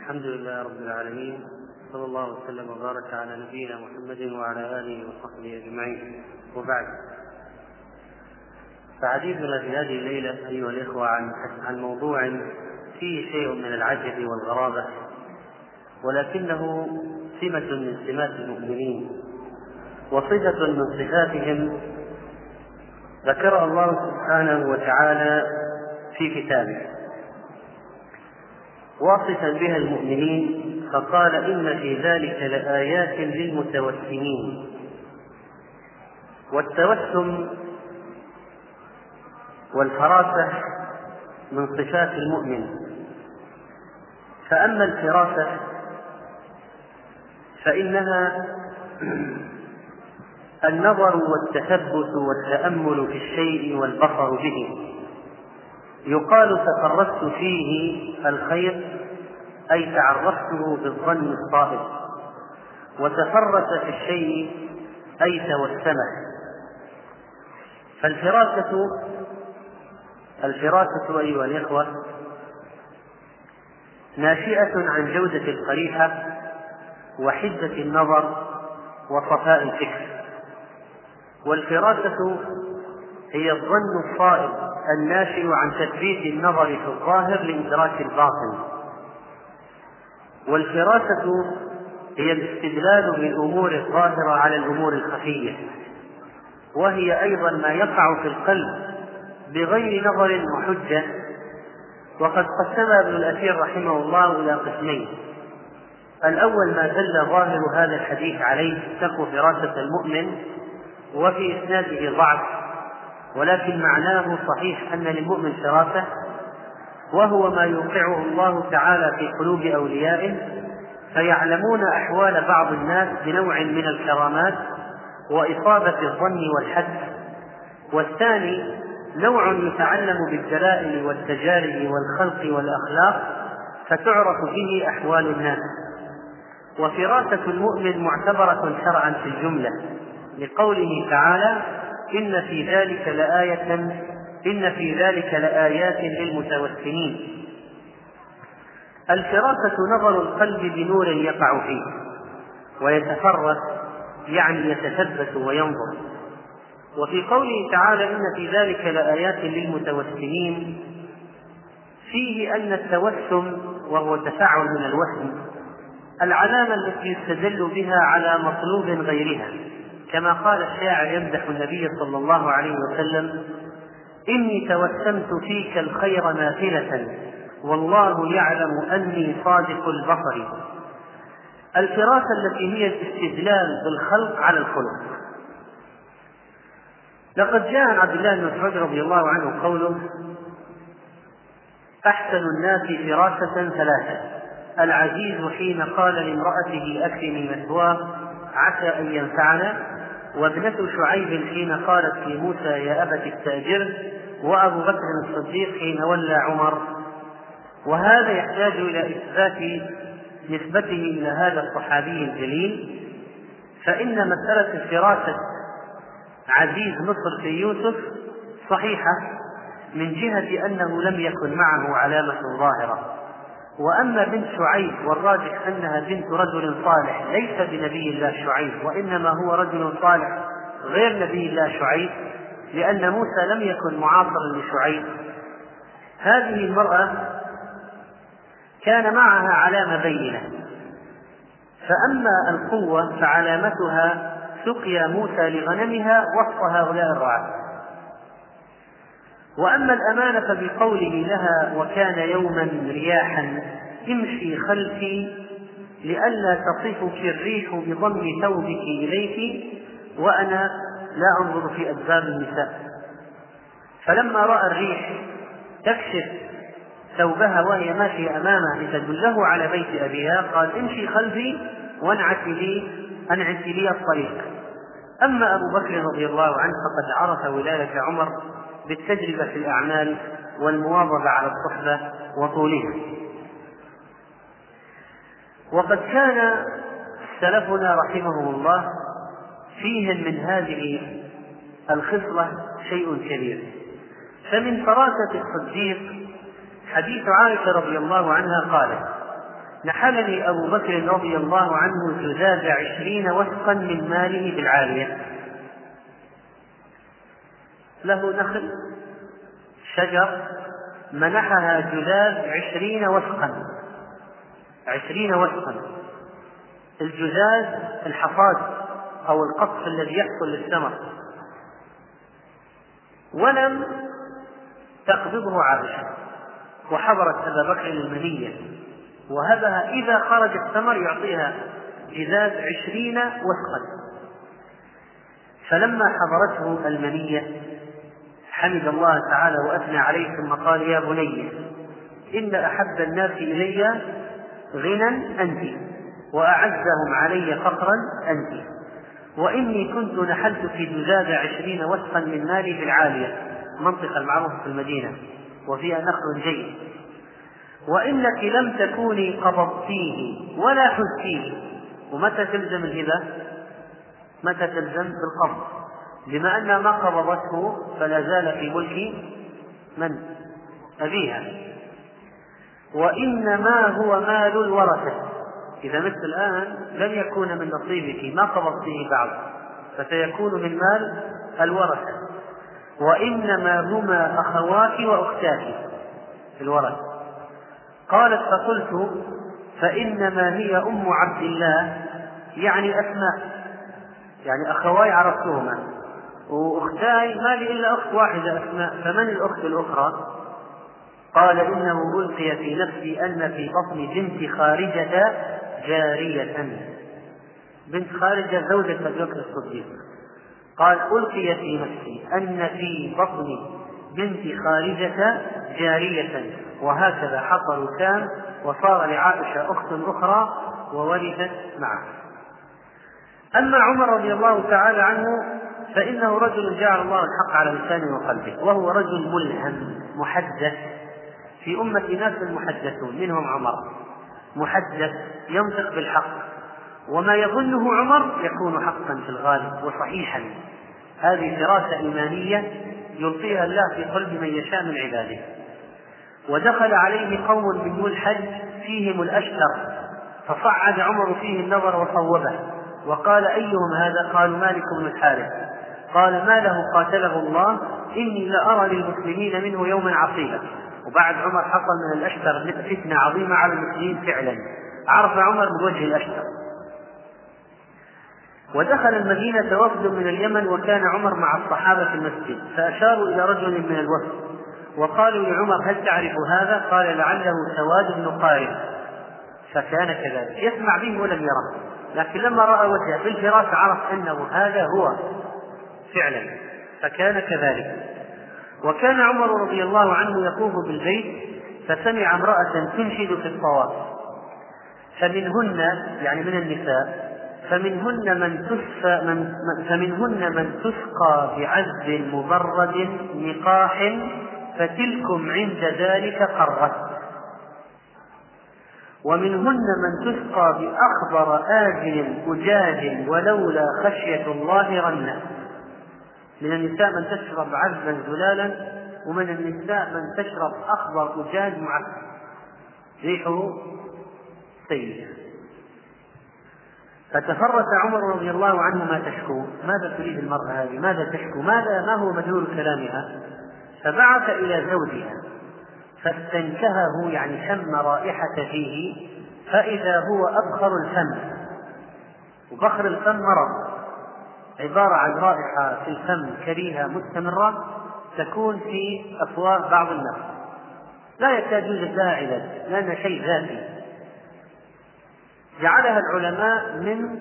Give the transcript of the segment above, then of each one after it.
الحمد لله رب العالمين، صلى الله وسلم وبارك على نبينا محمد وعلى آله وصحبه أجمعين، وبعد. فحديثنا في هذه الليلة أيها الإخوة عن موضوع فيه شيء من العجب والغرابة، ولكنه سمة من سمات المؤمنين وصفة من صفاتهم ذكرها الله سبحانه وتعالى في كتابه واصفا بها المؤمنين، فقال: إن في ذلك لآيات للمتوسمين. والتوسم والفراسة من صفات المؤمن. فأما الفراسة فإنها النظر والتثبت والتأمل في الشيء والبصر به. يقال تفرست فيه الخير، أي تعرفته بالظن الصائب، وتفرس في الشيء أي توسمه. فالفراسة أيها الإخوة ناشئة عن جودة القريحة وحدة النظر وصفاء الفكر. والفراسة هي الظن الصائب الناشئ عن تثبيت النظر في الظاهر لإدراك الباطن. والفراسة هي الاستدلال بالأمور الظاهرة على الأمور الخفية، وهي أيضا ما يقع في القلب بغير نظر وحجة. وقد قسمها ابن الأثير رحمه الله إلى قسمين: الأول ما دل ظاهر هذا الحديث عليه تقوى فراسة المؤمن، وفي إسناده ضعف، ولكن معناه صحيح أن للمؤمن فراسة، وهو ما يوقعه الله تعالى في قلوب أوليائه، فيعلمون أحوال بعض الناس بنوع من الكرامات وإصابة الظن والحدس. والثاني نوع يتعلم بالدلائل والتجارب والخلق والأخلاق، فتعرف به أحوال الناس. وفراسة المؤمن معتبرة شرعا في الجملة، لقوله تعالى: إن في ذلك لآيات للمتوسمين. الفراسة نظر القلب بنور يقع فيه ويتفرس، يعني يتثبت وينظر. وفي قوله تعالى: إن في ذلك لآيات للمتوسمين، فيه أن التوسم، وهو تفاعل من الوسم، العلامة التي يستدل بها على مطلوب غيرها، كما قال الشاعر يمدح النبي صلى الله عليه وسلم: إني توسمت فيك الخير نافلة، والله يعلم أني صادق البصر. الفراسة التي هي الاستدلال بالخلق على الخلق. لقد جاء عن عبد الله بن مسعود رضي الله عنه قوله: أحسن الناس فراسة ثلاثة: العزيز حين قال لامرأته أكرمي مثواه عسى أن ينفعنا، وابنة شعيب حين قالت في موسى يا أبت استأجره، وأبو بكر الصديق حين ولى عمر. وهذا يحتاج إلى إثبات نسبته إلى هذا الصحابي الجليل، فإن مسألة فراسة عزيز مصر في يوسف صحيحة من جهة أنه لم يكن معه علامة ظاهرة. وأما بنت شعيب والراجح أنها بنت رجل صالح ليس بنبي الله شعيب، وإنما هو رجل صالح غير نبي الله شعيب، لأن موسى لم يكن معاصرا لشعيب. هذه المرأة كان معها علامة بينة. فأما القوة فعلامتها سقيا موسى لغنمها وسط هؤلاء الرعاة. وأما الأمانة فبقوله لها: وكان يوما رياحا امشي خلفي لئلا تصفك الريح بضم ثوبك إليك وأنا لا أنظر في أدباب النساء. فلما رأى الريح تكشف ثوبها وهي ماشية أمامه لتدله على بيت أبيها، قال: امشي خلفي وانعتي لي الطريق. أما أبو بكر رضي الله عنه فقد عرف ولاية عمر بالتجربة في الأعمال والمواظبة على الصحبة وطولها. وقد كان سلفنا رحمهم الله فيهم من هذه الخصلة شيء كبير. فمن فراسة الصديق حديث عائشة رضي الله عنها قالت: نحلني أبو بكر رضي الله عنه جذاذ 20 وسقا من ماله بالعالية. له نخل شجر منحها جذاذ 20 وسقا. 20 وسقا. الجذاذ الحصاد أو القطف الذي يحصل للثمر. ولم تقبضه عائشة، وحضرت أبا بكر المنية وهبها إذا خرج الثمر يعطيها جذاذ 20 وسقا. فلما حضرته المنية حمد الله تعالى وأثنى عليه ثم قال: يا بني إن أحب الناس إلي غنى أنت، وأعزهم علي فقرا أنت، وإني كنت نحلت في جذاذ 20 وسقا من مالي بالعالية، منطقة المعروفة في المدينة وفيها نخل جيد، وإنك لم تكوني قبضتيه ولا حزتيه. ومتى تلزم الهبة؟ متى تلزم؟ بالقبض، بما أنها ما قبضته فلا زال في ملك من؟ أبيها. وإنما هو مال الورثة، إذا مثل الآن لم يكون من نصيبك ما قبضته بعد فسيكون من مال الورثة. وإنما هما أخواك وأختاك في الورث. قالت: فقلت: فإنما هي أم عبد الله، يعني أسماء، يعني أخواي عرفتهما، وأختاي ما لي إلا أخت واحدة أسماء، فمن الأخت الأخرى؟ قال: إنه ألقي في نفسي أن في بطن بنت خارجة جارية. بنت خارجة زوجة أبي بكر الصديق. قال: ألقي في نفسي أن في بطن بنت خارجة جارية، وهكذا حصل كان، وصار لعائشة أخت أخرى وورثت معه. أما عمر رضي الله تعالى عنه فإنه رجل جعل الله الحق على لسانه وقلبه، وهو رجل ملهم محدث. في أمة ناس المحدثون منهم عمر، محدث ينطق بالحق، وما يظنه عمر يكون حقا في الغالب وصحيحا. هذه فراسة إيمانية يلقيها الله في قلب من يشاء من عباده. ودخل عليه قوم من ذو الحج فيهم الأشتر، فصعد عمر فيه النظر وصوبه وقال: أيهم هذا؟ قالوا: مالك بن الحارث. قال: ما له قاتله الله، إني لأرى للمسلمين منه يوما عصيبا. وبعد عمر حصل من الأشتر فتنة عظيمة على المسلمين فعلا، عرف عمر بوجه الأشتر. ودخل المدينة وفد من اليمن، وكان عمر مع الصحابة في المسجد، فأشاروا إلى رجل من الوفد وقالوا لعمر: هل تعرف هذا؟ قال: لعله سواد بن قارئ. فكان كذلك، يسمع به ولم يره، لكن لما رأى وجهه في الفراش عرف أنه هذا هو فعلا، فكان كذلك. وكان عمر رضي الله عنه يطوف بالبيت فسمع امرأة تنشد في الطواف، فمنهن يعني من النساء فمنهن من تسقى بعذب مبرد نقاح، فتلكم عند ذلك قرت، ومنهن من تسقى بأخضر آجل أجاج ولولا خشية الله رنة. من النساء من تشرب عذبا زلالا، ومن النساء من تشرب أخضر أجاج معفن ريحه سيء. فتفرس عمر رضي الله عنه: ما تشكو؟ ماذا تريد المرأة هذه؟ ماذا تشكو؟ ما هو مدلول كلامها؟ فبعث إلى زوجها فاستنكهه، يعني شم رائحة فيه، فإذا هو أبخر الفم. وبخر الفم مرض، عبارة عن رائحة في الفم كريهة مستمرة تكون في أفواه بعض الناس، لا يكاد يوجد لها علاج لأنها شيء ذاتي. جعلها العلماء من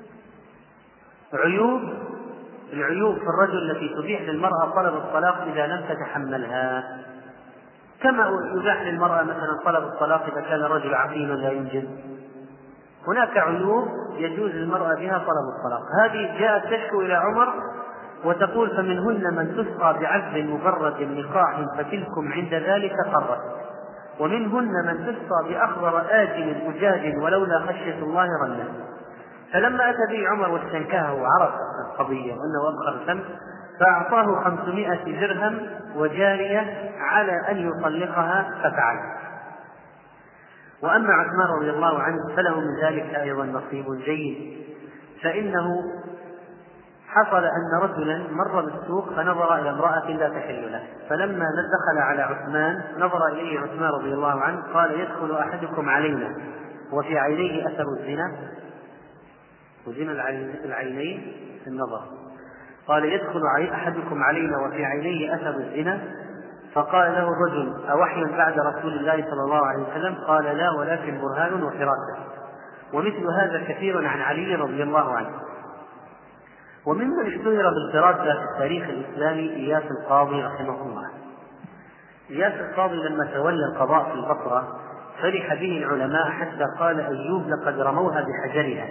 العيوب في الرجل التي تبيح للمرأة طلب الطلاق إذا لم تتحملها، كما يباح للمرأة مثلا طلب الطلاق إذا كان الرجل عقيما لا ينجب. هناك عيوب يجوز للمرأة بها طلب الطلاق. هذه جاءت تشكو إلى عمر وتقول: فمنهن من تسقى بعذب مبرد نقاح، فتلكم عند ذلك قرت، ومنهن من تسقى بأخضر آجل أجاج ولولا خشية الله رنة. فلما أتى به عمر واستنكهه وعرف القضية وأنه أبخر الفم، فأعطاه 500 درهم وجارية على أن يطلقها، ففعل. وأما عثمان رضي الله عنه فله من ذلك أيضا نصيب جيد، فإنه حصل أن رجلا مر بالسوق فنظر إلى امرأة لا تحل له، فلما دخل على عثمان نظر إليه عثمان رضي الله عنه قال: يدخل أحدكم علينا وفي عينيه أثر الزنا، وزنا العينين في النظر، قال: يدخل أحدكم علينا وفي عينيه أثر الزنا. فقال له الرجل: أوحي بعد رسول الله صلى الله عليه وسلم؟ قال: لا، ولكن برهان وفراسة. ومثل هذا كثير عن علي رضي الله عنه. وممن اشتهر بالفراسة في التاريخ الإسلامي إياس القاضي رحمه الله. إياس القاضي لما تولى القضاء في البصرة فرح به العلماء حتى قال أيوب: لقد رموها بحجرها.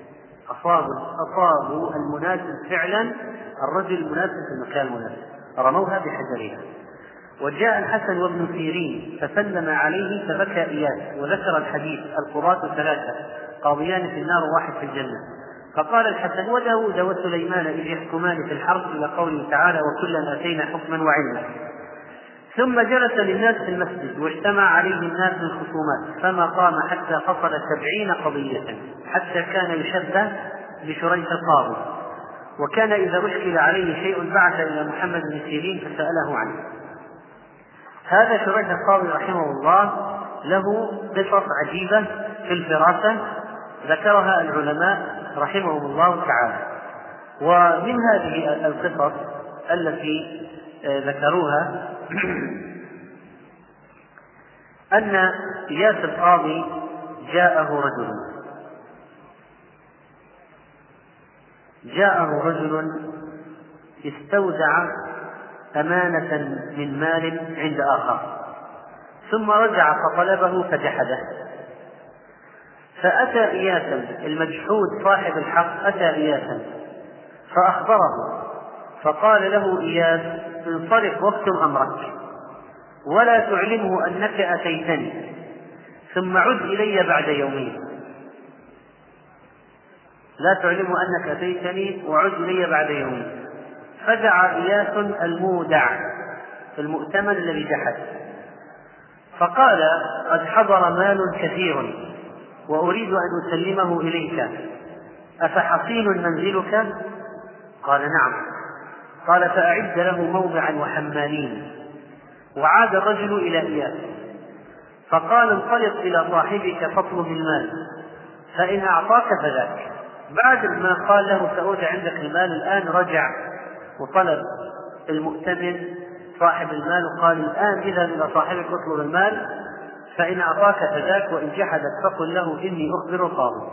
أصابوا المناسب فعلا، الرجل المناسب في المكان المناسب، رموها بحجرها. وجاء الحسن وابن سيرين فسلم عليه فبكى إياس، وذكر الحديث: القضاة ثلاثة قاضيان في النار وواحد في الجنة. فقال الحسن: وداود وسليمان إذ يحكمان في الحرب، إلى قوله تعالى: وكلا آتينا حكما وعلما. ثم جلس للناس في المسجد واجتمع عليه الناس من الخصومات، فما قام حتى فصل 70 قضية، حتى كان يشبه بشريح القاضي. وكان إذا أشكل عليه شيء بعث إلى محمد بن سيرين فسأله عنه. هذا شريح القاضي رحمه الله له قصص عجيبة في الفراسة ذكرها العلماء رحمهم الله تعالى. ومن هذه القصص التي ذكروها أن إياس القاضي جاءه رجل استودع أمانة من مال عند آخر، ثم رجع فطلبه فجحده. فأتى إياسا المجحود صاحب الحق، أتى إياسا فأخبره، فقال له إياس: انصرف واكتم أمرك، ولا تعلمه أنك أتيتني، ثم عد إلي بعد يومين. لا تعلمه أنك أتيتني وعد إلي بعد يومين. فدعا إياس المودع المؤتمن الذي جحد، فقال: قد حضر مال كثير وأريد أن أسلمه إليك، أفحصين منزلك؟ قال: نعم. قال: فأعد له موضعا وحمالين. وعاد الرجل إلى إياس فقال: انطلق إلى صاحبك فاطلب المال، فإن أعطاك فذاك. بعد ما قال له: سأودع عندك المال، الآن رجع وطلب المؤتمن صاحب المال وقال: الآن اذهب إلى صاحبك واطلب المال، فإن أعطاك فذاك، وإن جحدك فقل له: إني أخبر القاضي.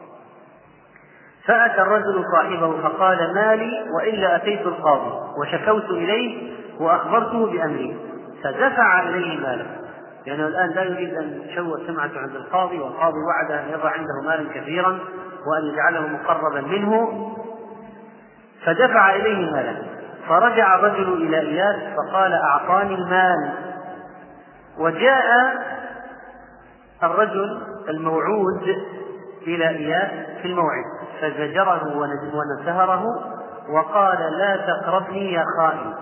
فأتى الرجل صاحبه فقال: مالي وإلا أتيت القاضي وشكوت إليه وأخبرته بأمري، فدفع إليه ماله، لأنه الآن لا يريد أن يشوه سمعته عند القاضي، والقاضي وعد أن يضع عنده مالا كثيرا وأن يجعله مقربا منه، فدفع إليه مالا. فرجع الرجل إلى إياس فقال: أعطاني المال. وجاء الرجل الموعود إلى إياس في الموعد فزجره ونسهره وقال: لا تقربني يا خائن،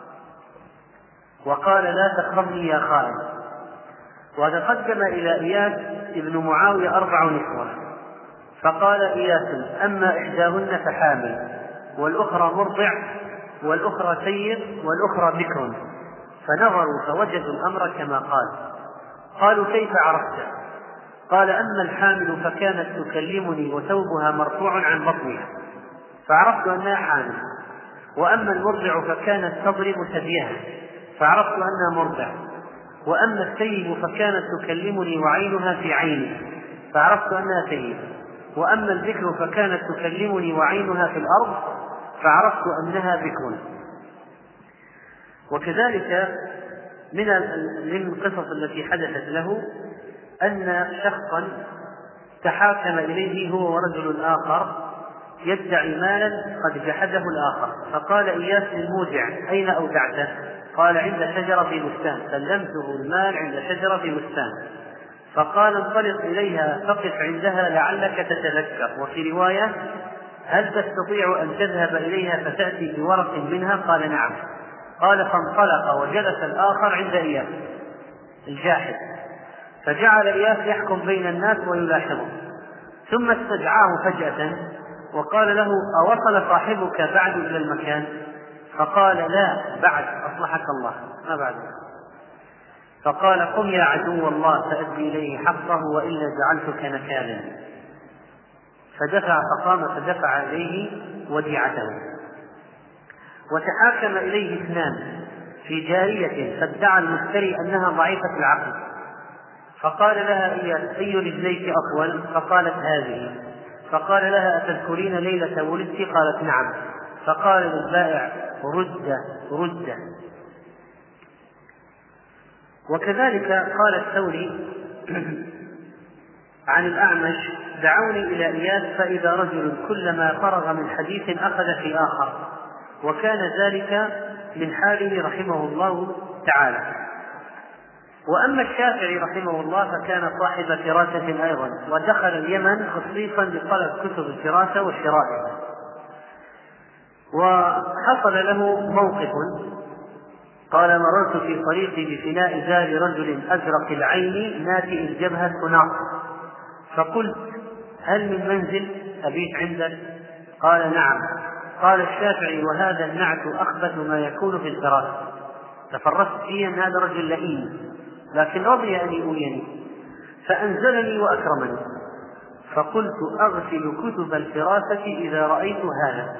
وتقدم إلى إياس ابن معاوية 4 نسوة، فقال إياس: أما إحداهن فحامل، والأخرى مرضع، والأخرى سير، والأخرى بكر. فنظروا فوجدوا الأمر كما قال. قالوا: كيف عرفت؟ قال: أما الحامل فكانت تكلمني وثوبها مرفوع عن بطنها فعرفت أنها حامل، وأما المرضع فكانت تضرب ثديها فعرفت أنها مرضع، وأما السيب فكانت تكلمني وعينها في عيني فعرفت أنها سيب، وأما البكر فكانت تكلمني وعينها في الأرض فعرفت أنها بكر. وكذلك من القصص التي حدثت له أن شخصا تحاكم إليه هو ورجل آخر يدعي مالا قد جحده الآخر، فقال إياس للمودع: أين أودعته؟ قال: عند شجرة في بستان. سلمته المال عند شجرة في بستان. فقال: انطلق إليها فقف عندها لعلك تتذكر. وفي رواية: هل تستطيع أن تذهب إليها فتأتي بورق منها؟ قال: نعم. قال: فانطلق وجلس الآخر عند إياس الجاحد، فجعل إياس يحكم بين الناس ويلاحظه، ثم استدعاه فجأة وقال له: أوصل صاحبك بعد إلى المكان؟ فقال: لا بعد، أصلحك الله، ما بعد. فقال: قم يا عدو الله فأدي إليه حقه وإلا جعلتك نكالا. فدفع إليه وديعته. وتحاكم إليه اثنان في جارية، فادعى المشتري أنها ضعيفة العقل، فقال لها: أي رجليك أطول؟ فقالت: هذه. فقال لها: أتذكرين ليلة ولدت؟ قالت: نعم. فقال للبائع: رد. وكذلك قال الثوري عن الأعمش: دعوني إلى إياس فإذا رجل كلما فرغ من حديث أخذ في آخر، وكان ذلك من حاله رحمه الله تعالى. وأما الشافعي رحمه الله فكان صاحب فراسة أيضا، ودخل اليمن خصيصا لطلب كتب الفراسة وشرائها. وحصل له موقف، قال: مررت في طريقي بفناء دار رجل أزرق العين ناتئ الجبهة ناط، فقلت: هل من منزل أبيت عندك؟ قال: نعم. قال الشافعي: وهذا النعت أخبث ما يكون في الفراسة. تفرست فيه أن هذا رجل لئيم، لكن رضي أن يؤويني فأنزلني وأكرمني. فقلت: أغسل كتب الفراسة إذا رأيت هذا.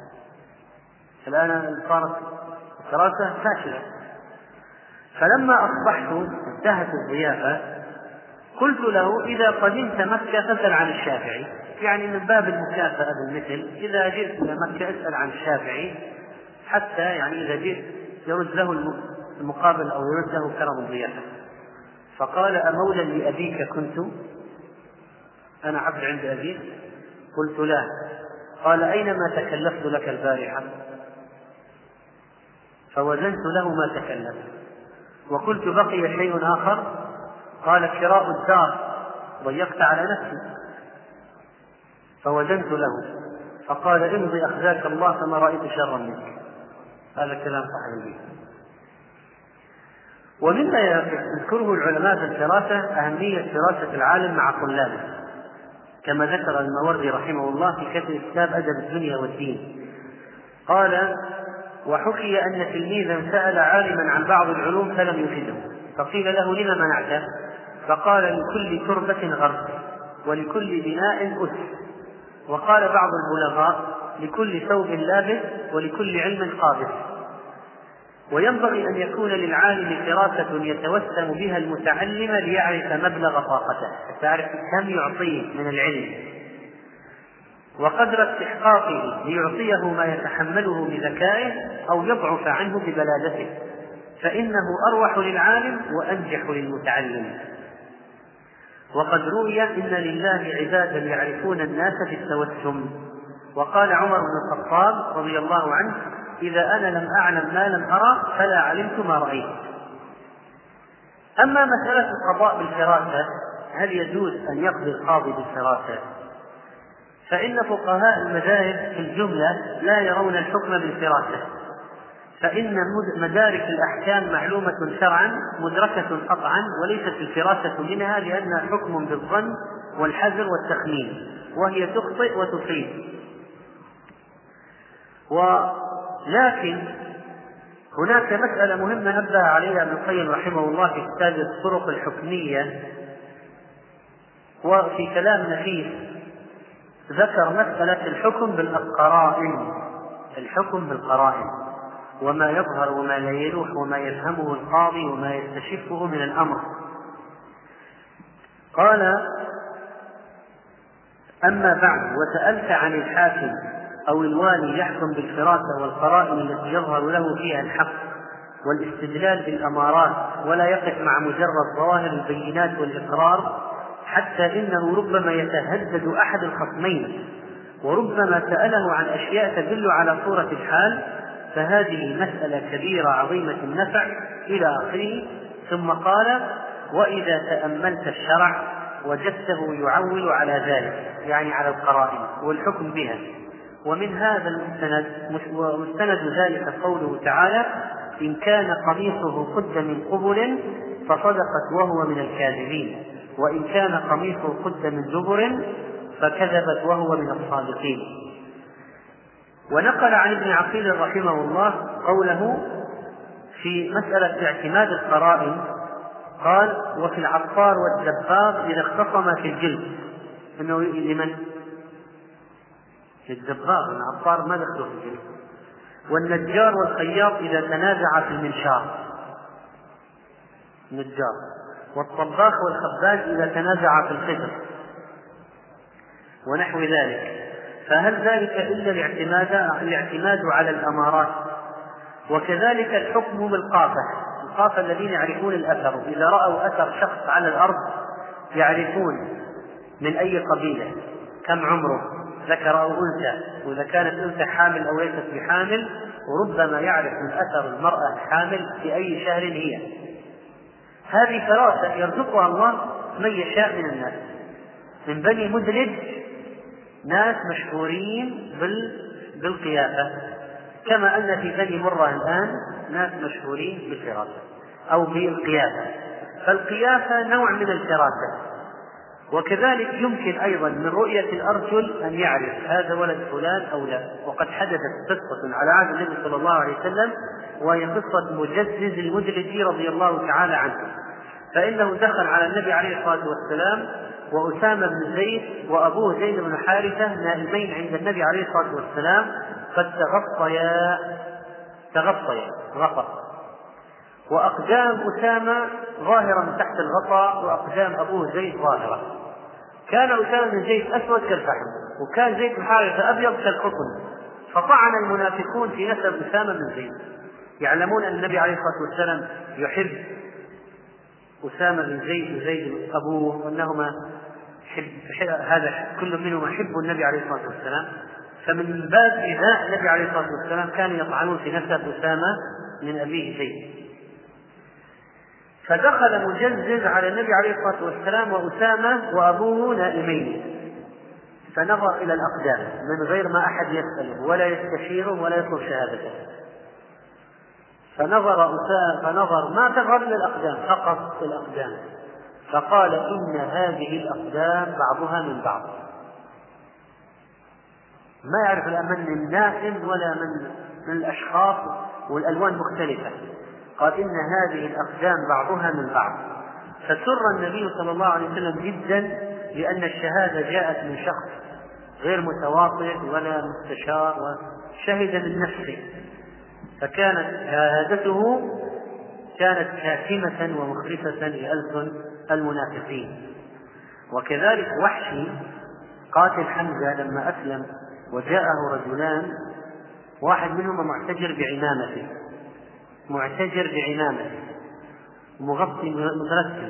الآن صارت الفراسة فاشلة. فلما أصبحت انتهت الضيافة قلت له: إذا قدمت مكة فاسأل عن الشافعي، يعني من باب المكافأة بالمثل، إذا جئت إلى مكة اسأل عن الشافعي، حتى يعني إذا جئت يرد له المقابل أو يرد له كرم الضيافة. فقال: أمولا لأبيك كنت؟ أنا عبد عند أبيك؟ قلت: لا. قال: أينما تكلفت لك البارحة؟ فوزنت له ما تكلف. وقلت: بقي شيء آخر؟ قال: شراء الدار، ضيقت على نفسي. فوزنت له، فقال: امضي أخزاك الله فما رأيت شرا منك. هذا كلام صاحب البيت. ومما يذكره العلماء في الفراسة أهمية فراسة العالم مع طلابه، كما ذكر الماوردي رحمه الله في كتاب أدب الدنيا والدين. قال: وحكي أن تلميذا سأل عالما عن بعض العلوم فلم يفده، فقيل له: لما منعته؟ فقال: لكل تربة غرس، ولكل بناء أس. وقال بعض البلغاء: لكل ثوب لابس، ولكل علم قابس. وينبغي أن يكون للعالم فراسة يتوسم بها المتعلم ليعرف مبلغ طاقته، تعرف كم يعطيه من العلم وقدر استحقاقه ليعطيه ما يتحمله بذكائه أو يضعف عنه ببلادته، فإنه أروح للعالم وأنجح للمتعلم. وقد روي: إن لله عبادا يعرفون الناس بالتوسم. وقال عمر بن الخطاب رضي الله عنه: إذا أنا لم أعلم ما لم أرى فلا علمت ما رأيت. أما مسألة القضاء بالفراسة، هل يجوز أن يقضي القاضي بالفراسة؟ فإن فقهاء المذاهب في الجملة لا يرون الحكم بالفراسة، فإن مدارك الأحكام معلومة شرعا مدركة قطعا، وليست الفراسة منها، لأنها حكم بالظن والحذر والتخمين، وهي تخطئ وتصيب. ولكن هناك مسألة مهمة نبه عليها ابن القيم رحمه الله في كتاب الطرق الحكمية، وفي كلام نفيس ذكر مسألة الحكم بالقرائن، الحكم بالقرائن، وما يظهر وما لا يلوح وما يفهمه القاضي وما يستشفه من الأمر. قال: أما بعد، وسألت عن الحاكم أو الوالي يحكم بالفراسة والقرائن التي يظهر له فيها الحق والاستدلال بالأمارات، ولا يقف مع مجرد ظواهر البينات والإقرار، حتى إنه ربما يتهدد أحد الخصمين، وربما سأله عن أشياء تدل على صورة الحال، فهذه مسألة كبيرة عظيمة النفع إلى آخره. ثم قال: وإذا تأملت الشرع وجدته يعول على ذلك، يعني على القرائن والحكم بها. ومن هذا المستند ذلك قوله تعالى: إن كان قميصه قد من قبل فصدقت وهو من الكاذبين، وإن كان قميصه قد من دبر فكذبت وهو من الصادقين. ونقل عن ابن عقيل رحمه الله قوله في مسألة اعتماد القرائن، قال: وفي العطار والدباغ إذا اختصما في الجلد، إنه لمن؟ للدباغ، العطار ما دخلوا في الجلد. والنجار والخياط إذا تنازع في المنشار، النجار. والطباخ والخباز إذا تنازع في الخبز ونحو ذلك. فهل ذلك إلا الاعتماد على الأمارات؟ وكذلك الحكم بالقافة، القافة الذين يعرفون الأثر، إذا رأوا أثر شخص على الأرض يعرفون من أي قبيلة، كم عمره، ذكر أو أنثى، وإذا كانت أنثى حامل أو ليست بحامل، وربما يعرف من أثر المرأة الحامل في أي شهر هي. هذه فراسة يرزقها الله من يشاء من الناس. من بني مدلج ناس مشهورين بالقيافة، كما أن في بني مرة الآن ناس مشهورين بالفراسة أو بالقيافة. فالقيافة نوع من الفراسة. وكذلك يمكن أيضا من رؤية الأرجل أن يعرف هذا ولد فلان أو لا. وقد حدثت قصة على عهد النبي صلى الله عليه وسلم، وهي قصة مجزز المدلجي رضي الله تعالى عنه. فإنه دخل على النبي عليه الصلاة والسلام وأسامة بن زيد وأبوه زيد بن حارثة نائمين عند النبي عليه الصلاة والسلام، قد تغطيا غطى، وأقدام أسامة ظاهرة من تحت الغطاء، وأقدام أبوه زيد ظاهرة. كان أسامة بن زيد أسود كالفحم، وكان زيد بن حارثة أبيض كالقطن. فطعن المنافقون في نسب أسامة بن زيد، يعلمون أن النبي عليه الصلاة والسلام يحب أسامة بن زيد وزيد أبوه، وأنهما هذا كل منهما يحب النبي عليه الصلاة والسلام. فمن باب إيذاء النبي عليه الصلاة والسلام كانوا يطعنون في نسب أسامة من أبيه زيد. فدخل مجزز على النبي عليه الصلاة والسلام وأسامة وأبوه نائمين، فنظر إلى الأقدام من غير ما أحد يسأله ولا يستشيره ولا يطلب شهادته. فنظر ما تظهر إلى الأقدام، فقط الأقدام، فقال: إن هذه الأقدام بعضها من بعض. ما يعرف الآن من النائم ولا من الأشخاص، والألوان مختلفة. قال: إن هذه الأقدام بعضها من بعض. فسر النبي صلى الله عليه وسلم جدا، لأن الشهادة جاءت من شخص غير متواطئ ولا مستشار، وشهد من نفسه، فكانت شهادته كانت كاتمة ومخرفة لألسن المنافقين. وكذلك وحشي قاتل حمزة لما أسلم وجاءه رجلان، واحد منهما معتجر بعمامته مغطي مرتب،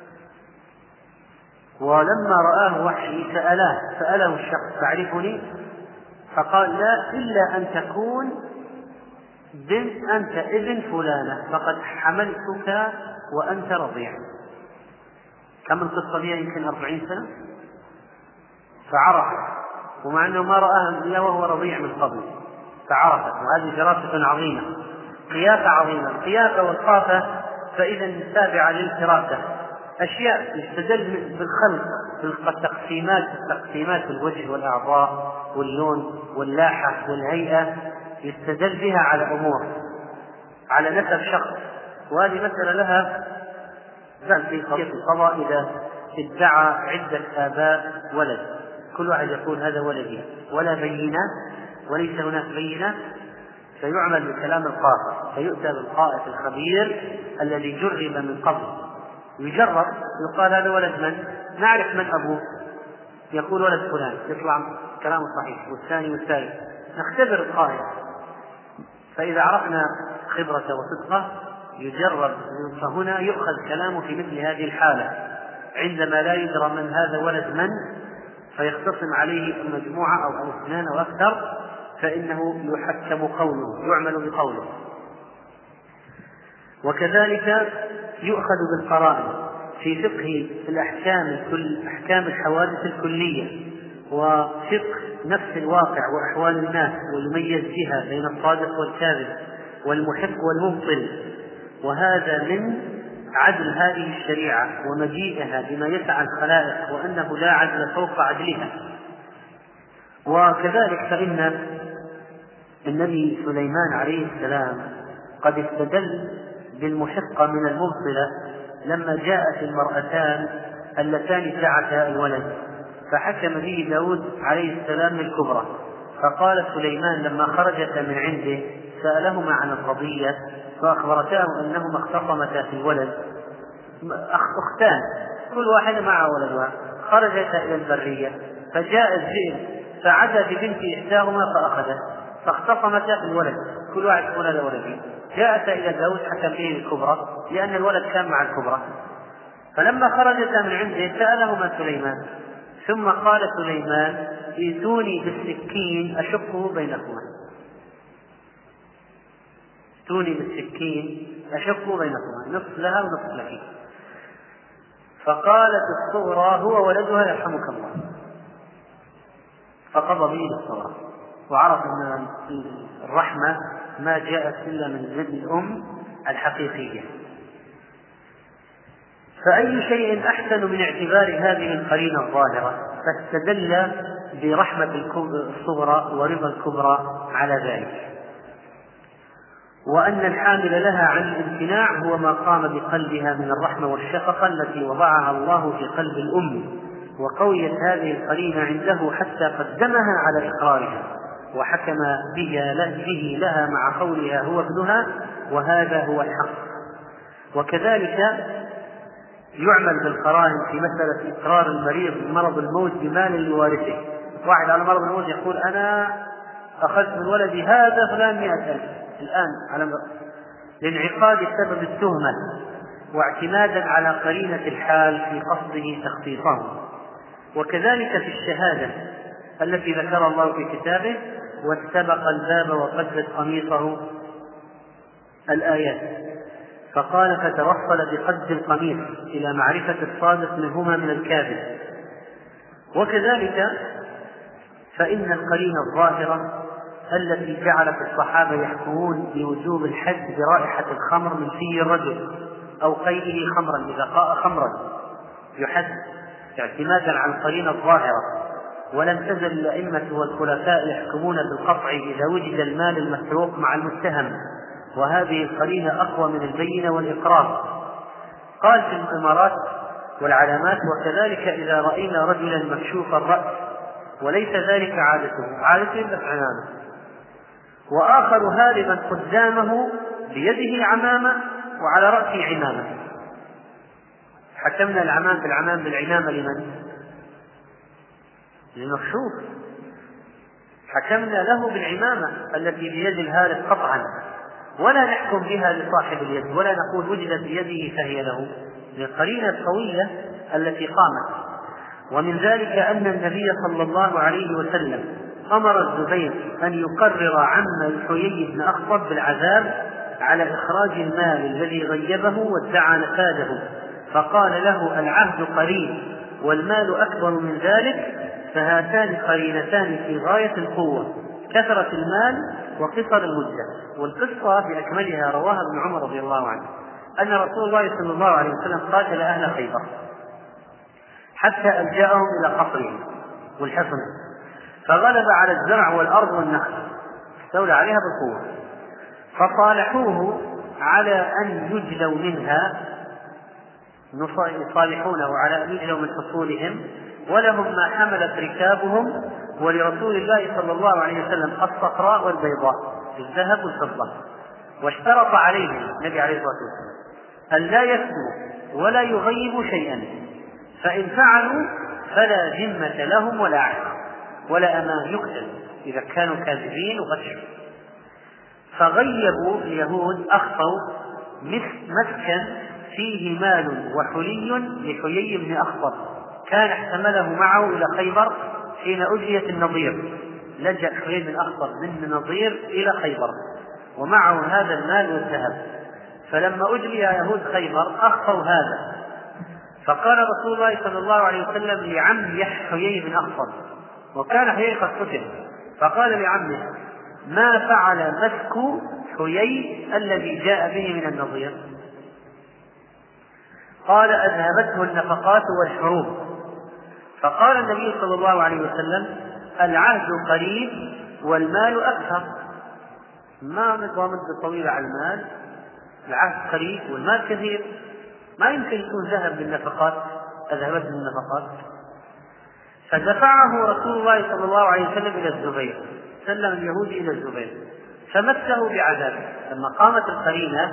ولما رآه وحشي سأله الشخص: تعرفني؟ فقال: لا، إلا أن تكون أنت ابن فلانة، فقد حملتك وأنت رضيع. كم القصة دي؟ يمكن 40 سنة. فعرفت، ومع أنه ما رآها إلا وهو رضيع من قبل، فعرفت. وهذه دراسة عظيمة، قيافة عظيمة. القيافة والقافة فإذا تابعة للفراسة، أشياء يستدل بالخلق، بالتقسيمات في الوجه والأعضاء واللون واللاحة والهيئة، يستدل بها على أمور، على نسب شخص. وهذه مسألة لها في قضية القضاء، إذا ادعى عدة آباء ولد، كل واحد يقول هذا ولدي ولا بينة، وليس هناك بينة، فيعمل بكلام القاضي، فيؤتى بالقائد الخبير الذي جرب من قبل، يجرب، يقال: هذا ولد من؟ نعرف من أبوه، يقول ولد فلان، يطلع كلامه صحيح، والثاني والثالث، نختبر القائد. فإذا عرفنا خبرته وصدقه يجرب، فهنا يؤخذ كلامه في مثل هذه الحالة، عندما لا يدرى من هذا ولد من، فيختصم عليه المجموعة أو اثنان أو أكثر، فإنه يحكم قوله، يعمل بقوله. وكذلك يؤخذ بالقرائن في فقه الأحكام، أحكام الحوادث الكلية، وفقه نفس الواقع وأحوال الناس، ويميز بها بين الصادق والكاذب، والمحق والمبطل، وهذا من عدل هذه الشريعة ومجيئها بما يسعى الخلائق، وأنه لا عدل فوق عدلها. وكذلك فإن النبي سليمان عليه السلام قد استدل بالمحقة من المبطلة لما جاءت المرأتان اللتان سعتا الولد، فحكم به داود عليه السلام الكبرى. فقال سليمان لما خرجتا من عنده سألهما عن القضية فأخبرتاه أنهما اختصمتا في الولد، أختان كل واحدة مع ولدها، خرجتا إلى البرية فجاء الذئب فعدى ببنت إحداهما فأخذت، فاختصمتا في الولد كل واحد ولد ولدين. جاءتا إلى داود حكم به الكبرى لأن الولد كان مع الكبرى. فلما خرجتا من عنده سألهما سليمان، ثم قال سليمان ائتوني بالسكين أشقه بينكما، ائتوني بالسكين أشقه بينكما، نصف لها ونصف لك. فقالت الصغرى هو ولدها يرحمك الله، فقضى به للصغرى، وعرف أن الرحمة ما جاءت إلا من ذات الأم الحقيقية. فأي شيء أحسن من اعتبار هذه القرينة الظاهرة، فاستدل برحمة الصغرى ورضا الكبرى على ذلك، وأن الحامل لها عن الامتناع هو ما قام بقلبها من الرحمة والشفقة التي وضعها الله في قلب الأم، وقويت هذه القرينة عنده حتى قدمها على إقرارها وحكم به لها مع قولها هو ابنها، وهذا هو الحق. وكذلك يعمل بالقرائن في مسألة إقرار المريض بمرض الموت بمال لوارثه. واحد على مرض الموت يقول أنا أخذت من ولدي هذا فلان 100,000 الآن على لانعقاد سبب التهمة، واعتمادا على قرينة الحال في قصده تخصيصه. وكذلك في الشهادة التي ذكر الله في كتابه واستبق الباب وقدت قميصه الآيات، فقال فتوصل بقد القميص إلى معرفة الصادق منهما من الكاذب. وكذلك فإن القرينة الظاهرة التي جعلت الصحابة يحكمون بوجوب الحد برائحة الخمر من في الرجل أو قيئه خمرا، إذا قاء خمرا يحد اعتمادا على القرينة الظاهرة. ولم تزل الأئمة والخلفاء يحكمون بالقطع إذا وجد المال المسروق مع المتهم، وهذه القرينة أقوى من البينة والإقرار. قال في الإمارات والعلامات وكذلك إذا رأينا رجلا مكشوف الرأس وليس ذلك عادته إلا عمامة، وآخر هاربا قدامه بيده عمامة وعلى رأسه عمامة، حكمنا العمام بالعمامة لمن؟ للمكشوف، حكمنا له بالعمامة التي بيد الهارب قطعا، ولا نحكم بها لصاحب اليد ولا نقول وجدت بيده فهي له، للقرينة القوية التي قامت. ومن ذلك أن النبي صلى الله عليه وسلم أمر الزبير أن يقرر عم حيي بن أخطب بالعذاب على إخراج المال الذي غيبه وادعى نفاذه، فقال له العهد قريب والمال أكبر من ذلك، فهاتان قرينتان في غاية القوة، كثرة المال وقصر المدة. والقصة بأكملها رواها ابن عمر رضي الله عنه أن رسول الله صلى الله عليه وسلم قاتل أهل خيبر حتى ألجأهم إلى قصرهم والحصن، فغلب على الزرع والأرض والنخل، استولى عليها بالقوة، فصالحوه على أن يجلوا منها، يصالحونه على أن يجلوا من حصولهم، ولهم ما حملت ركابهم، ولرسول الله صلى الله عليه وسلم الصفراء والبيضاء الذهب والفضة، واشترط عليهم النبي عليه الصلاة والسلام أن لا يكتموا ولا يغيبوا شيئا، فإن فعلوا فلا ذمة لهم ولا عهد ولا أمان يقتل إذا كانوا كاذبين وغشوا. فغيبوا اليهود أخطوا مسكا فيه مال وحلي لحيي بن أخطب، كان احتمله معه إلى خيبر حين أجريت النضير، لجأ حيي بن أخطب من النضير إلى خيبر ومعه هذا المال والذهب، فلما أجري يهود خيبر أخطوا هذا، فقال رسول الله صلى الله عليه وسلم لعم حيي بن أخطب، وكان حيي قد قتل، فقال لعمه ما فعل مسك حيي الذي جاء به من النظير؟ قال أذهبته النفقات والحروب. فقال النبي صلى الله عليه وسلم العهد قريب والمال أكثر، ما مدة طويلة على المال، العهد قريب والمال كثير، ما يمكن يكون ذهب للنفقات، أذهبته النفقات. فدفعه رسول الله صلى الله عليه وسلم إلى الزبير، سلم اليهودي إلى الزبير فمسه بعذابه. لما قامت القرينة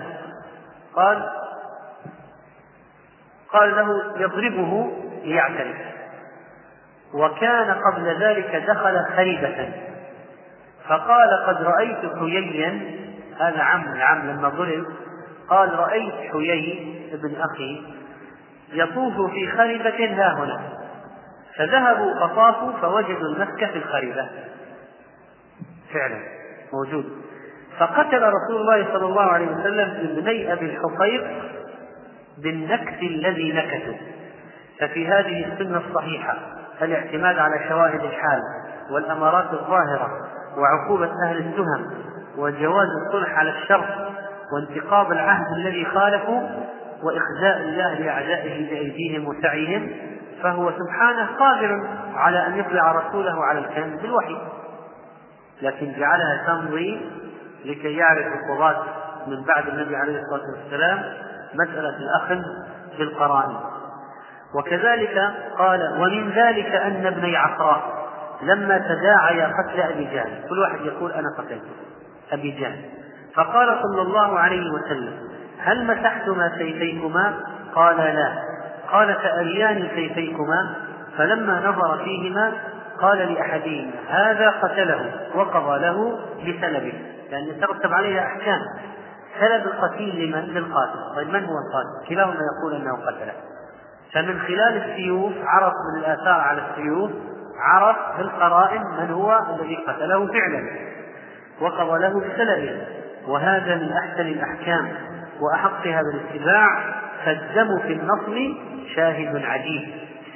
قال له يضربه ليعترف. وكان قبل ذلك دخل خريبة فقال قد رأيت حييا، هذا العم لما ضرب قال رأيت حيي ابن أخي يطوف في خريبة ها هنا، فذهبوا فطافوا فوجدوا المسك في الخريبة فعلا موجود. فقتل رسول الله صلى الله عليه وسلم ابني أبي الحقيق بالنكت الذي نكته. ففي هذه السنة الصحيحة الاعتماد على شواهد الحال والأمارات الظاهرة وعقوبة أهل التهم وجواز الصلح على الشرط وانتقاض العهد الذي خالفوا وإخزاء الله لأعدائه بأيديهم وسعيهم، فهو سبحانه قادر على أن يطلع رسوله على الكلام بالوحي، لكن جعلها تمضي لكي يعرف القضاة من بعد النبي عليه الصلاة والسلام مسألة الأخذ بالقرائن. وكذلك قال ومن ذلك أن ابني عفراء لما تداعيا قتل أبي جهل، كل واحد يقول أنا قتلت أبي جهل، فقال صلى الله عليه وسلم هل مسحتما سيفيكما؟ قال لا. قال تأريان سيفيكما؟ فلما نظر فيهما قال لأحدهما هذا قتله وقضى له بسلبه، لأن يترتب عليها أحكام. سلب القتيل للقاتل، طيب من هو القاتل؟ كلاهما يقول أنه قتله. فمن خلال السيوف عرف من الآثار على السيوف، عرف بالقرائن من هو الذي قتله فعلا وقضى له بسلبه، وهذا من أحسن الأحكام وأحقها بالاتباع، فالدم في النصل شاهد عجيب.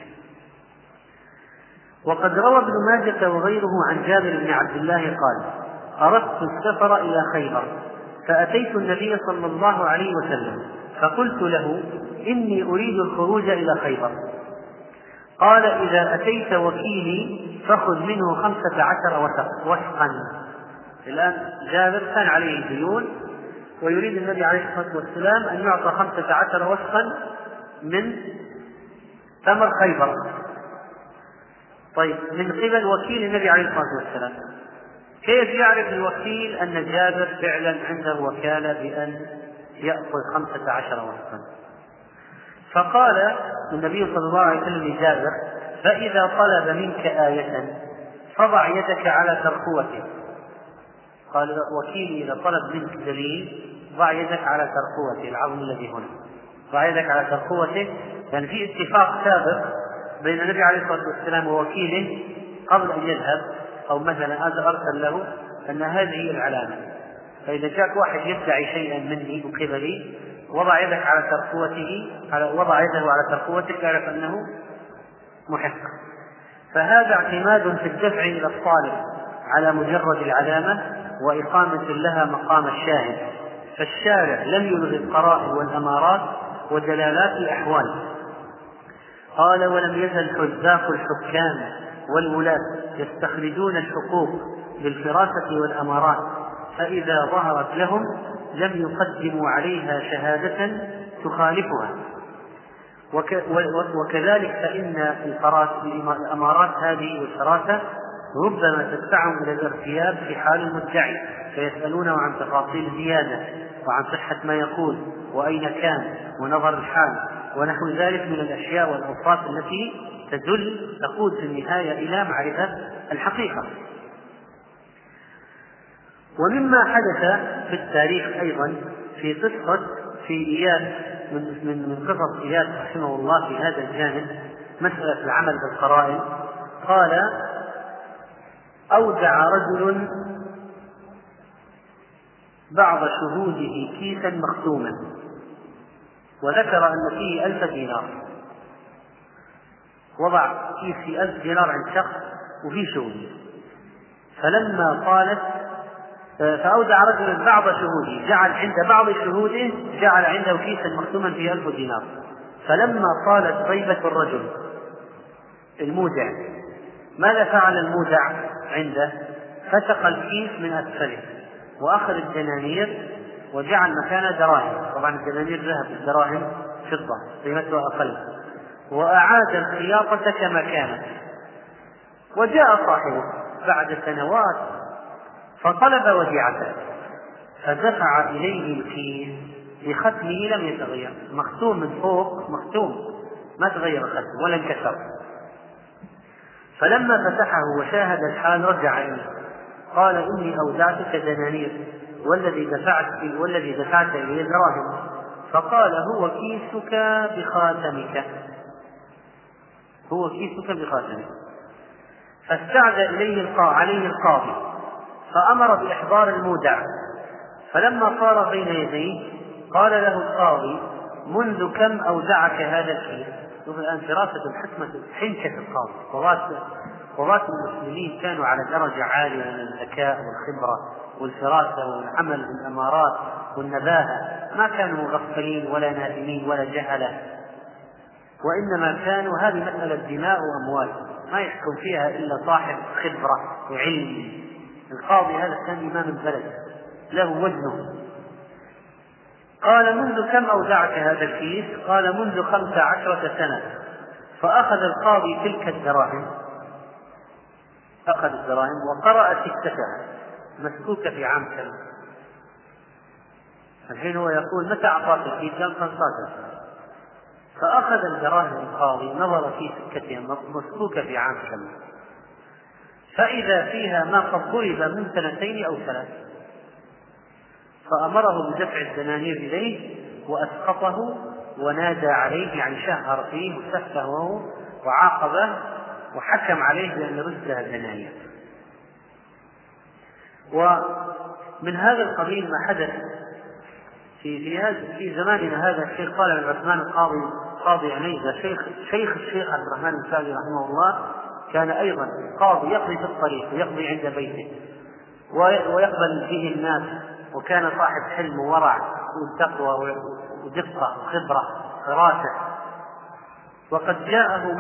وقد روى ابن ماجه وغيره عن جابر بن عبد الله قال أردت السفر إلى خيبر فأتيت النبي صلى الله عليه وسلم فقلت له إني أريد الخروج إلى خيبر. قال إذا أتيت وكيلي فخذ منه 15 وثقا. الآن جابر كان عليه ديون ويريد النبي عليه الصلاة والسلام أن يعطى 15 وثقا من ثمر خيبر، طيب من قبل وكيل النبي عليه الصلاة والسلام. كيف يعرف الوكيل أن جابر فعلا عنده وكالة بأن يأخذ 15 وثقا؟ فقال النبي صلى الله عليه وسلم لجابر فإذا طلب منك آية فضع يدك على ترقوته. قال وكيلي إذا طلب منك دليل ضع يدك على ترقوته، العظم الذي هنا، ضع يدك على ترقوته، يعني في اتفاق سابق بين النبي عليه الصلاة والسلام ووكيله قبل أن يذهب، أو مثلا هذا أرسل له أن هذه العلامة، فإذا جاءك واحد يدعي شيئا مني وقبلي وضع يدك على ترقوته، وضع يده على ترقوتك يعرف أنه محق. فهذا اعتماد في الدفع إلى الطالب على مجرد العلامة وإقامة لها مقام الشاهد. فالشارع لم يلغي القرائن والأمارات ودلالات الأحوال. قال ولم يزل حذاق الحكام والولاة يستخرجون الحقوق بالفراسة والأمارات، فإذا ظهرت لهم لم يقدموا عليها شهادة تخالفها. وكذلك فإن الأمارات هذه والفراسة ربما تدفعهم إلى الارتياب في حال المدعي، فيسألونه عن تفاصيل زيادة وعن صحة ما يقول وأين كان ونظر الحال ونحو ذلك من الأشياء والأوصاف التي تقود في النهاية إلى معرفة الحقيقة. ومما حدث في التاريخ أيضا في إياس من قصص إياس رحمه الله في هذا الجانب مسألة العمل بالقرائن. قال أودع رجل بعض شهوده كيسا مختوما وذكر أن فيه 1000 دينار، وضع كيس في 1000 دينار عند شخص وفيه شهود، فلما طالت فأودع رجل بعض شهوده، جعل عند بعض شهوده جعل عنده كيسا مختوما فيه 1000 دينار. فلما طالت غيبة الرجل المودع، ماذا فعل المودع عنده؟ فتق الكيس من أسفله وأخذ الدنانير وجعل مكانها دراهم، طبعا الدنانير ذهب، الدراهم فضة قيمتها أقل، وأعاد الخياطة كما كانت. وجاء صاحبه بعد سنوات فطلب وديعته، فدفع إليه الكيس بختمه لم يتغير، مختوم من فوق، مختوم ما تغير الختم ولا انكسر. فلما فتحه وشاهد الحال رجع إليه قال: إني أودعتك دنانير والذي دفعت إليه دراهم. فقال: هو كيسك بخاتمك، هو كيسك بخاتمك. فاستعدى عليه القاضي فأمر بإحضار المودع. فلما صار بين يديه قال له القاضي: منذ كم أودعك هذا الكيس؟ شوف الآن فراسة الحكمة حنكة القاضي. قضاة المسلمين كانوا على درجة عالية من الذكاء والخبرة والفراسة والعمل بالأمارات والنباهة، ما كانوا مغفلين ولا نائمين ولا جهلة، وإنما كانوا هذه مسألة دماء وأموال ما يحكم فيها إلا صاحب خبرة وعلم. القاضي هذا كان إمام البلد له وزنه. قال: منذ كم أودعك هذا الكيس؟ قال: منذ 15 سنة. فأخذ القاضي تلك الدراهم، أخذ الدراهم وقرأ ستتها مسكوكة في عام كم. الحين هو يقول: متى أعطاك الكيس؟ قال: 15 سنة. فأخذ الدراهم القاضي نظر في سكتها مسكوكة في عام كم، فإذا فيها ما قد ضرب من 2 أو 3. فأمره بدفع الدنانير إليه وأسقطه ونادى عليه، يعني شهر فيه وسفهه وعاقبه وحكم عليه بأن يردها الدنانير. ومن هذا القبيل ما حدث في زماننا هذا. الشيخ طالب بن عثمان قاضي عنيزة شيخ الشيخ عبد الرحمن بن سعدي رحمه الله، كان أيضا قاضي يقضي في الطريق ويقضي عند بيته ويقبل فيه الناس، وكان صاحب حلم وورع وتقوى ودقة وخبرة فراسة. وقد جاءه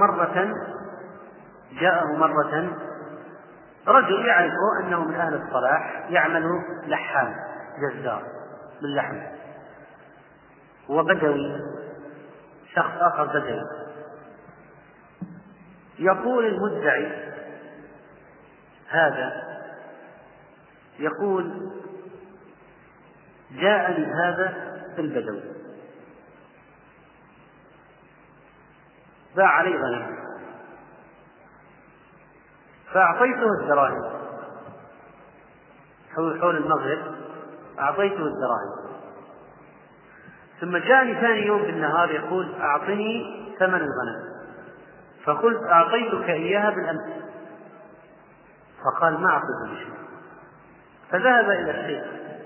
مرة رجل يعرفه أنه من أهل الصلاح، يعمل لحام جزار باللحم، وبدوي، شخص آخر بدوي. يقول المدعي هذا، يقول: جاءني هذا البدوي باع علي غنم، فأعطيته الدراهم حول المغرب، أعطيته الدراهم. ثم جاءني ثاني يوم بالنهار يقول: أعطني ثمن الغنم. فقلت: أعطيتك إياها بالأمس. فقال: ما أعطيته شيء. فذهب إلى الشيخ،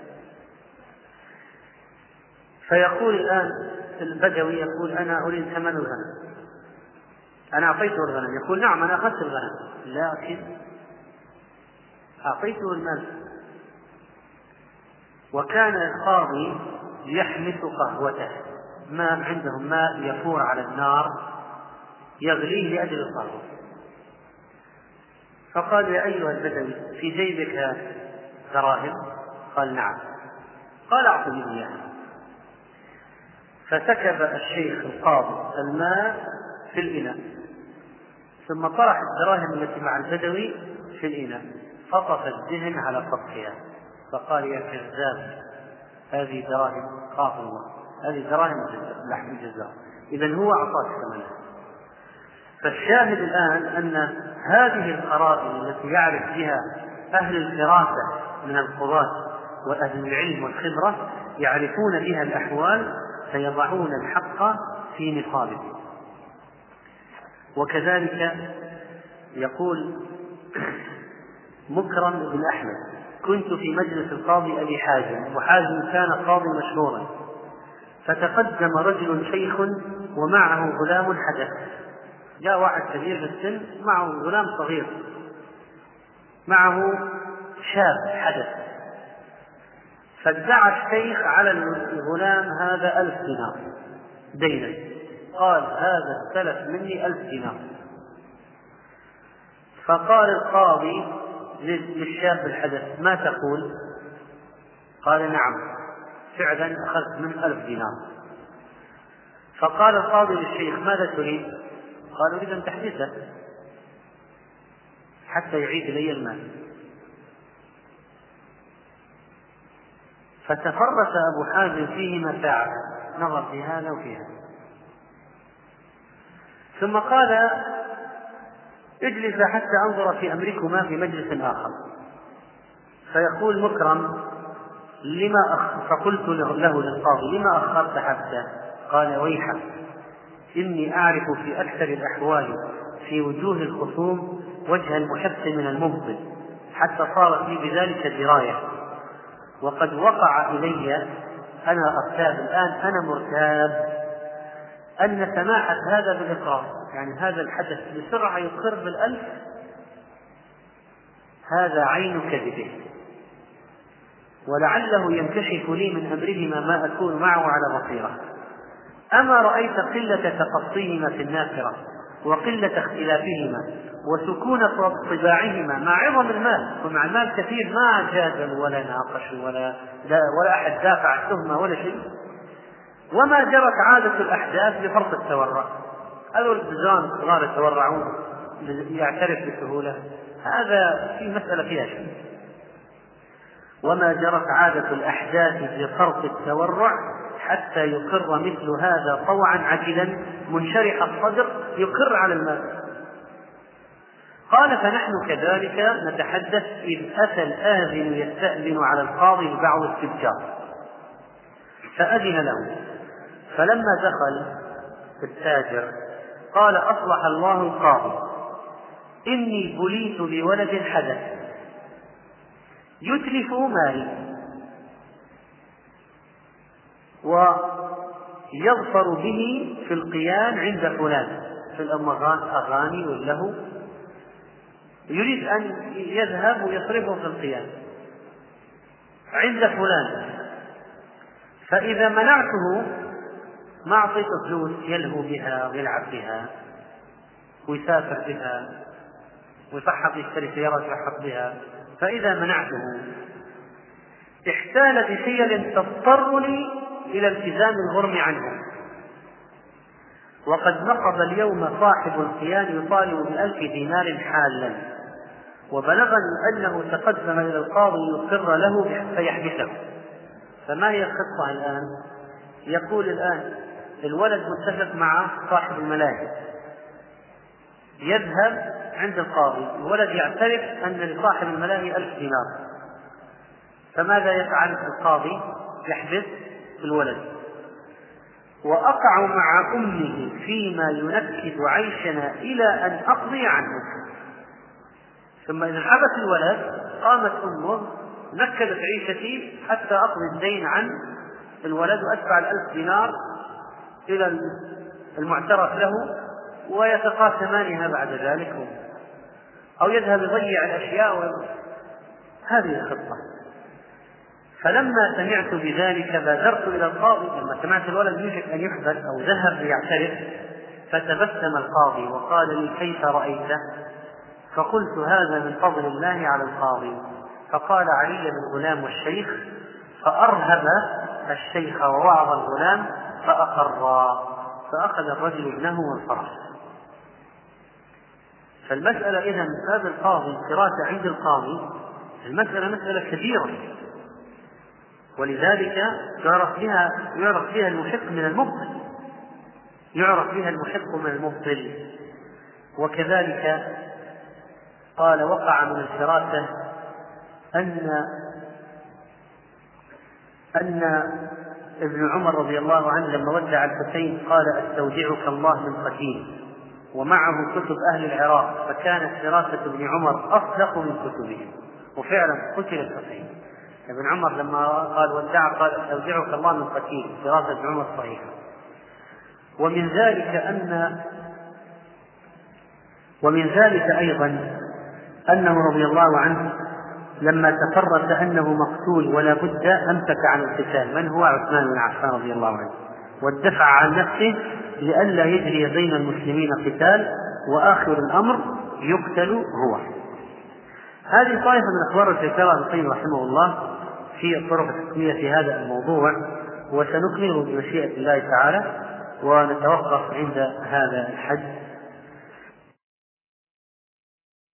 فيقول الآن البدوي يقول: أنا أريد ثمن الغنم، أنا أعطيته الغنم. يقول: نعم أنا أخذت الغنم، لكن أعطيته المال. وكان القاضي يحمس قهوته، ما عندهم ماء يفور على النار يغليه لأجل القهوة. فقال: يا أيها البدوي في جيبك دراهم؟ قال: نعم. قال: أعطني إياها. فسكب الشيخ القاضي الماء في الإناء، ثم طرح الدراهم التي مع البدوي في الإناء، فطف الدهن على سطحها. فقال: يا كذاب، هذه دراهم، خاف الله، هذه دراهم لحم الجزار، إذن هو أعطاك ثمنها. فالشاهد الآن أن هذه القرائن التي يعرف بها أهل الفراسة من القضاة وأهل العلم والخبرة يعرفون بها الأحوال فيضعون الحق في نصابه. وكذلك يقول مكرم بن أحمد: كنت في مجلس القاضي أبي حازم، وحازم كان قاضي مشهورا، فتقدم رجل شيخ ومعه غلام حدث. جاء واحد كبير في السن معه غلام صغير، معه شاب حدث. فادعى الشيخ على الغلام هذا 1000 دينار دينا، قال هذا استلف مني 1000 دينار. فقال القاضي للشاب الحدث ما تقول؟ قال نعم فعلا أخذت منه 1000 دينار. فقال القاضي للشيخ ماذا تريد؟ قال أريد أن تحبسه حتى يعيد إلي المال. فتفرس أبو حازم فيهما ساعة، نظر في هذا وفي هذا، ثم قال اجلس حتى أنظر في أمركما في مجلس آخر. فيقول مكرم فقلت له للقاضي لما أخرت حتى؟ قال ويحك إني أعرف في أكثر الأحوال في وجوه الخصوم وجه المحب من المبطل، حتى صارت لي بذلك دراية، وقد وقع إلي أنا أرتاب الآن، أنا مرتاب أن سماحة هذا بالإقرار، يعني هذا الحدث بسرعة يقر بال1000، هذا عين كذبه، ولعله ينكشف لي من أمرهما ما أكون معه على بصيرة. أما رأيت قلة تقصيهما في النافرة وقلة اختلافهما وسكون طباعهما مع عظم المال، ومع المال كثير ما جادلوا ولا ناقشوا ولا أحد دافع التهمة ولا شيء، وما جرت عادة الأحداث بفرط التورع. هذول البزان الصغار يتورعون يعترف بسهولة، هذا في مسألة فيها شيء. وما جرت عادة الأحداث بفرط التورع حتى يقر مثل هذا طوعا عجلا منشرح الصدر يقر على المال. قال فنحن كذلك نتحدث إذ أتى الآذن يستأذن على القاضي ببعض التجار فأذن له. فلما دخل التاجر قال أصلح الله القاضي، إني بليت بولد حدث يتلف مالي ويظفر به في القيان عند فلان في الأغاني واللهو، يريد أن يذهب ويصرفه في القيان عند فلان، فإذا منعته ما أعطيته فلوس يلهو بها ويلعب بها ويسافر بها ويفحط يشتري سيارة يفحط بها، فإذا منعته احتال بحيل تضطرني إلى التزام الغرم عنه، وقد نقض اليوم صاحب القيان يطالب ب1000 دينار حالا، وبلغني أنه تقدم إلى القاضي يقر له فيحبسه. فما هي الخطة الآن؟ يقول الآن الولد متفق مع صاحب الملاهي، يذهب عند القاضي، الولد يعترف أن لصاحب الملاهي 1000 دينار، فماذا يفعل القاضي؟ يحبس الولد، وأقع مع أمه فيما ينكد عيشنا إلى أن أقضي عنه. ثم إذا حبس الولد قامت أمه نكدت عيشتي حتى أقضي الدين عن الولد وأدفع 1000 دينار إلى المعترف له ويتقاسمانها بعد ذلك، أو يذهب يضيع الأشياء هذه الخطة. فلما سمعت بذلك بادرت إلى القاضي، لما سمعت الولد يوشك أن يحبس أو ذهب ليعترف، فتبسم القاضي وقال لي كيف رأيته؟ فقلت هذا من فضل الله على القاضي. فقال علي بالغلام والشيخ، فأرهب الشيخ ووعظ الغلام فأقرا، فأخذ الرجل ابنه وانصرف. فالمسألة إذن هذا القاضي دراسة عند القاضي المسألة مسألة كبيرة، ولذلك يعرف بها المحق من المبطل، يعرف بها المحق من المبطل. وكذلك قال وقع من الفراسة أن ابن عمر رضي الله عنه لما ودع الحسين قال استودعك الله من قتيل، ومعه كتب أهل العراق، فكانت فراسة ابن عمر أصدق من كتبهم، وفعلا قتل الحسين. ابن عمر لما قال ودع قال استودعك الله من قتيل، فراسة ابن عمر صحيحة. ومن ذلك أيضا أنه رضي الله عنه لما تفرس أنه مقتول ولا بد أمسك عن القتال، من هو؟ عثمان بن عفان رضي الله عنه، والدفع عن نفسه لئلا يجري بين المسلمين قتال وآخر الأمر يقتل هو. هذه طائفة من أخبار ذكرها ابن القيم رحمه الله في الطرق الحكمية في هذا الموضوع، وسنكمل بمشيئة الله تعالى ونتوقف عند هذا الحد.